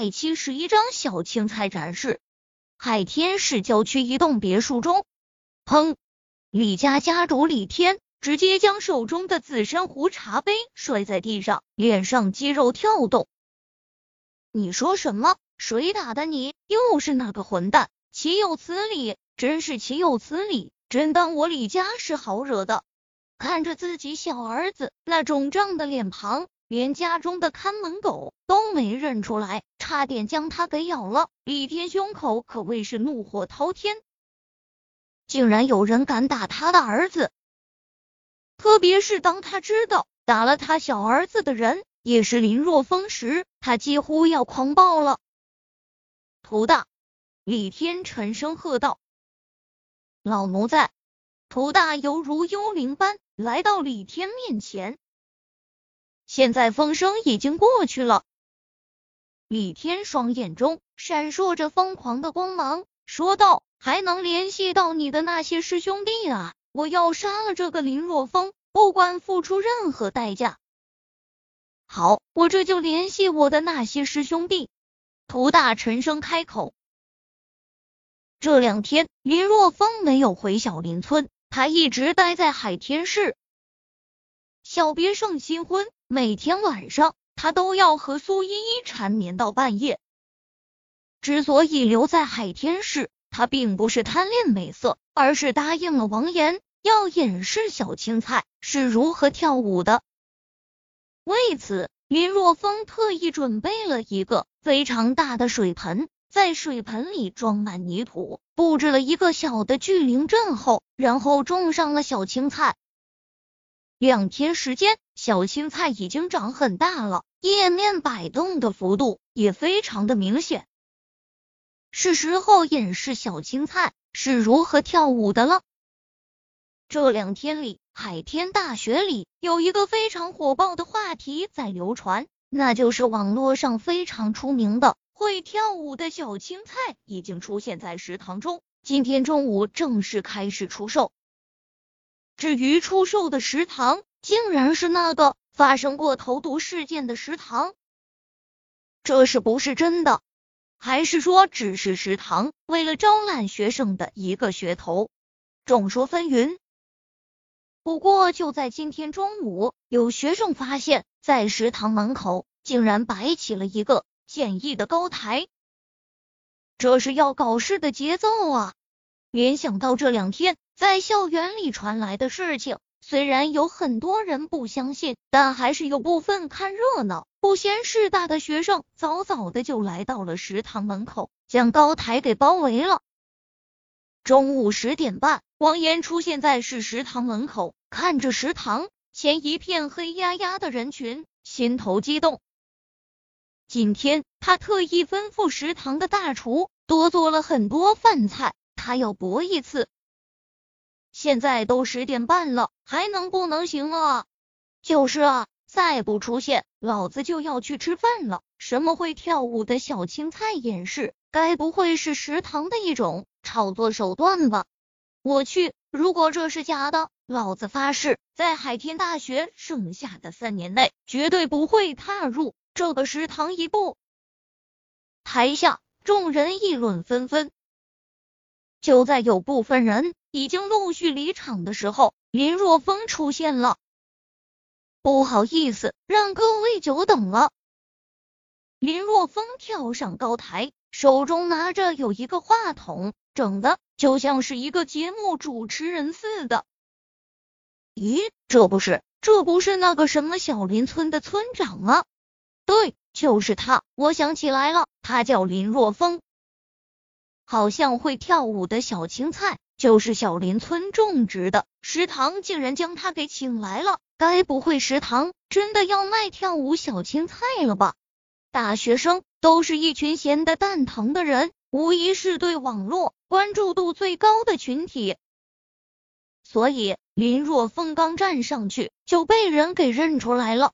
摆起是一张小青菜展示。海天市郊区一栋别墅中，砰！李家家主李天直接将手中的紫珊瑚茶杯摔在地上，脸上肌肉跳动。你说什么？谁打的你？又是那个混蛋！岂有此理！真是岂有此理！真当我李家是好惹的？看着自己小儿子那肿胀的脸庞，连家中的看门狗都没认出来，差点将他给咬了。李天胸口可谓是怒火滔天，竟然有人敢打他的儿子！特别是当他知道打了他小儿子的人也是林若风时，他几乎要狂暴了。屠大！李天沉声喝道。老奴在！屠大犹如幽灵般来到李天面前。现在风声已经过去了。李天双眼中闪烁着疯狂的光芒，说道：还能联系到你的那些师兄弟啊！我要杀了这个林若风，不管付出任何代价。好，我这就联系我的那些师兄弟。屠大沉声开口。这2天，林若风没有回小林村，他一直待在海天市。小别胜新婚，每天晚上他都要和苏依依缠绵到半夜。之所以留在海天市，他并不是贪恋美色，而是答应了王岩，要演示小青菜是如何跳舞的。为此，林若风特意准备了一个非常大的水盆，在水盆里装满泥土，布置了一个小的聚灵阵后，然后种上了小青菜。2天时间，小青菜已经长很大了，叶面摆动的幅度也非常的明显。是时候演示小青菜是如何跳舞的了。这2天里，海天大学里有一个非常火爆的话题在流传，那就是网络上非常出名的会跳舞的小青菜已经出现在食堂中，今天中午正式开始出售。至于出售的食堂，竟然是那个发生过投毒事件的食堂。这是不是真的？还是说只是食堂为了招揽学生的一个噱头？众说纷纭。不过就在今天中午，有学生发现，在食堂门口竟然摆起了一个简易的高台。这是要搞事的节奏啊！联想到这2天在校园里传来的事情，虽然有很多人不相信，但还是有部分看热闹不嫌事大的学生早早的就来到了食堂门口，将高台给包围了。中午10点半，王岩出现在食堂门口，看着食堂前一片黑压压的人群，心头激动。今天他特意吩咐食堂的大厨多做了很多饭菜，他要搏一次。现在都10点半了，还能不能行啊？就是啊，再不出现，老子就要去吃饭了。什么会跳舞的小青菜演示，该不会是食堂的一种炒作手段吧？我去，如果这是假的，老子发誓，在海天大学剩下的3年内，绝对不会踏入这个食堂一步。台下众人议论纷纷。就在有部分人已经陆续离场的时候，林若风出现了。不好意思，让各位久等了。林若风跳上高台，手中拿着有一个话筒，整的就像是一个节目主持人似的。咦，这不是那个什么小林村的村长吗？对，就是他，我想起来了，他叫林若风。好像会跳舞的小青菜就是小林村种植的，食堂竟然将他给请来了，该不会食堂真的要卖跳舞小青菜了吧？大学生都是一群闲得蛋疼的人，无疑是对网络关注度最高的群体。所以林若风刚站上去就被人给认出来了。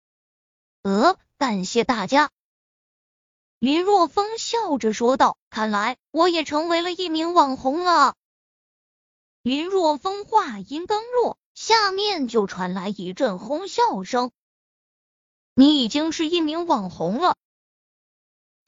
感谢大家。林若风笑着说道，看来我也成为了一名网红了。林若风话音刚落，下面就传来一阵哄笑声。你已经是一名网红了？对，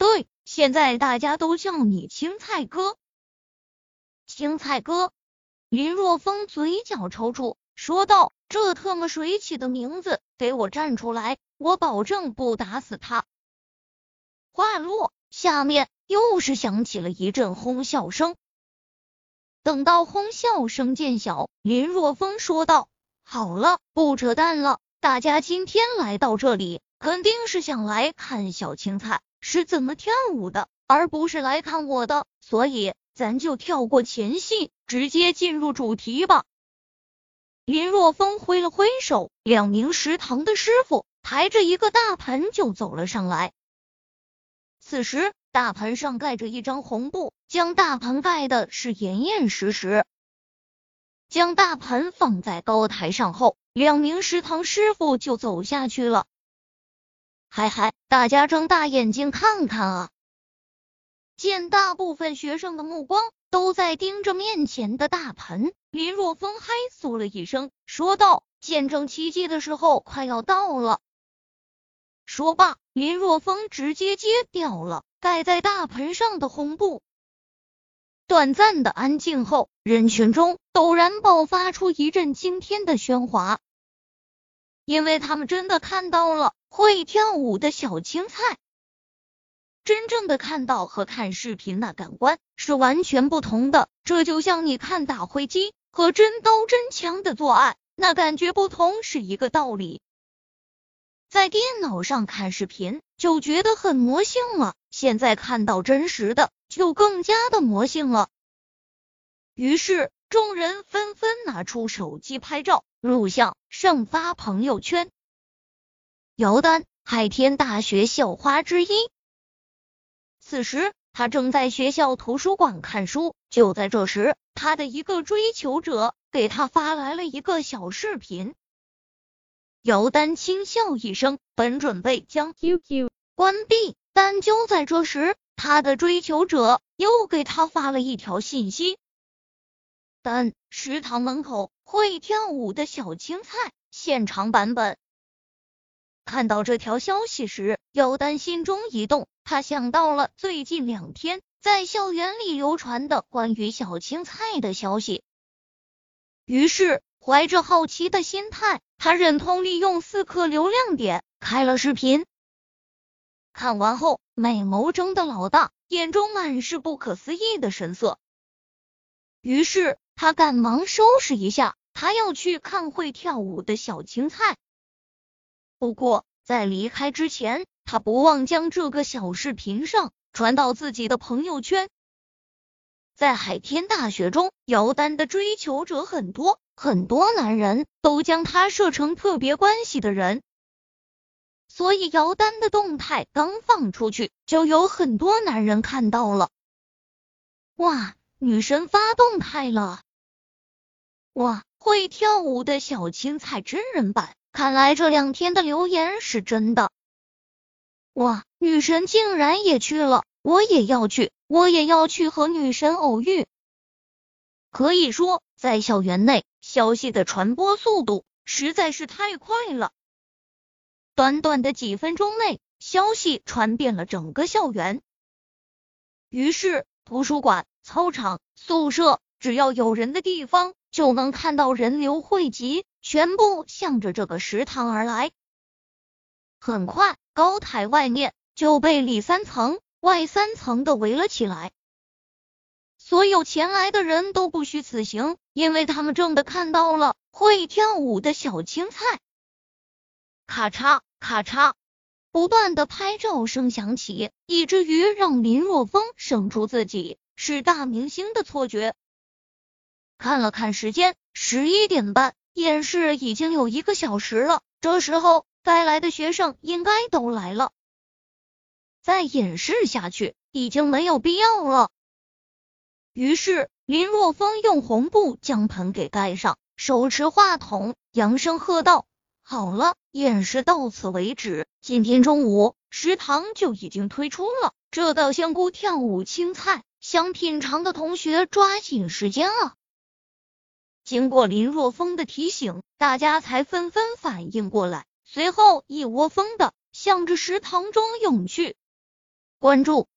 现在大家都叫你青菜哥。青菜哥。林若风嘴角抽搐，说道：“这特么水起的名字，给我站出来，我保证不打死他。”话落，下面又是响起了一阵哄笑声。等到哄笑声渐小，林若风说道：“好了，不扯淡了，大家今天来到这里，肯定是想来看小青菜是怎么跳舞的，而不是来看我的，所以咱就跳过前戏，直接进入主题吧。”林若风挥了挥手，2名食堂的师傅抬着一个大盆就走了上来。此时大盆上盖着一张红布，将大盆盖的是严严实实。将大盆放在高台上后，2名食堂师傅就走下去了。嗨，大家睁大眼睛看看啊！见大部分学生的目光都在盯着面前的大盆，林若风嗨嗦了一声，说道：“见证奇迹的时候快要到了。”说罢，林若风直接揭掉了盖在大盆上的红布。短暂的安静后，人群中陡然爆发出一阵惊天的喧哗，因为他们真的看到了会跳舞的小青菜。真正的看到和看视频那感官是完全不同的，这就像你看打飞机和真刀真枪的做爱，那感觉不同是一个道理。在电脑上看视频就觉得很魔性了，现在看到真实的就更加的魔性了。于是众人纷纷拿出手机拍照录像，上发朋友圈。姚丹，海天大学校花之一。此时他正在学校图书馆看书，就在这时，他的一个追求者给他发来了一个小视频。姚丹轻笑一声，本准备将 QQ 关闭，但就在这时，他的追求者又给他发了一条信息：丹，食堂门口会跳舞的小青菜现场版本。看到这条消息时，姚丹心中一动，他想到了最近2天在校园里流传的关于小青菜的消息。于是怀着好奇的心态，他忍痛利用4克流量点开了视频。看完后，美眸睁的老大，眼中满是不可思议的神色。于是他赶忙收拾一下，他要去看会跳舞的小青菜。不过在离开之前，他不忘将这个小视频传到自己的朋友圈。在海天大学中，姚丹的追求者很多，很多男人都将他设成特别关系的人，所以姚丹的动态刚放出去，就有很多男人看到了。哇，女神发动态了！哇，会跳舞的小青菜真人版，看来这2天的留言是真的。哇，女神竟然也去了，我也要去和女神偶遇。可以说，在校园内，消息的传播速度实在是太快了。短短的几分钟内，消息传遍了整个校园。于是，图书馆、操场、宿舍，只要有人的地方，就能看到人流汇集，全部向着这个食堂而来。很快，高台外面就被里3层外3层的围了起来。所有前来的人都不虚此行，因为他们正的看到了会跳舞的小青菜。咔嚓咔嚓，不断的拍照声响起，以至于让林若风生出自己是大明星的错觉。看了看时间，11点半，演示已经有1个小时了，这时候该来的学生应该都来了。再演示下去已经没有必要了。于是林若风用红布将盆给盖上，手持话筒扬声喝道：好了，演示到此为止，今天中午食堂就已经推出了这道香菇跳舞青菜，想品尝的同学抓紧时间啊。经过林若风的提醒，大家才纷纷反应过来，随后一窝蜂的向着食堂中涌去。关注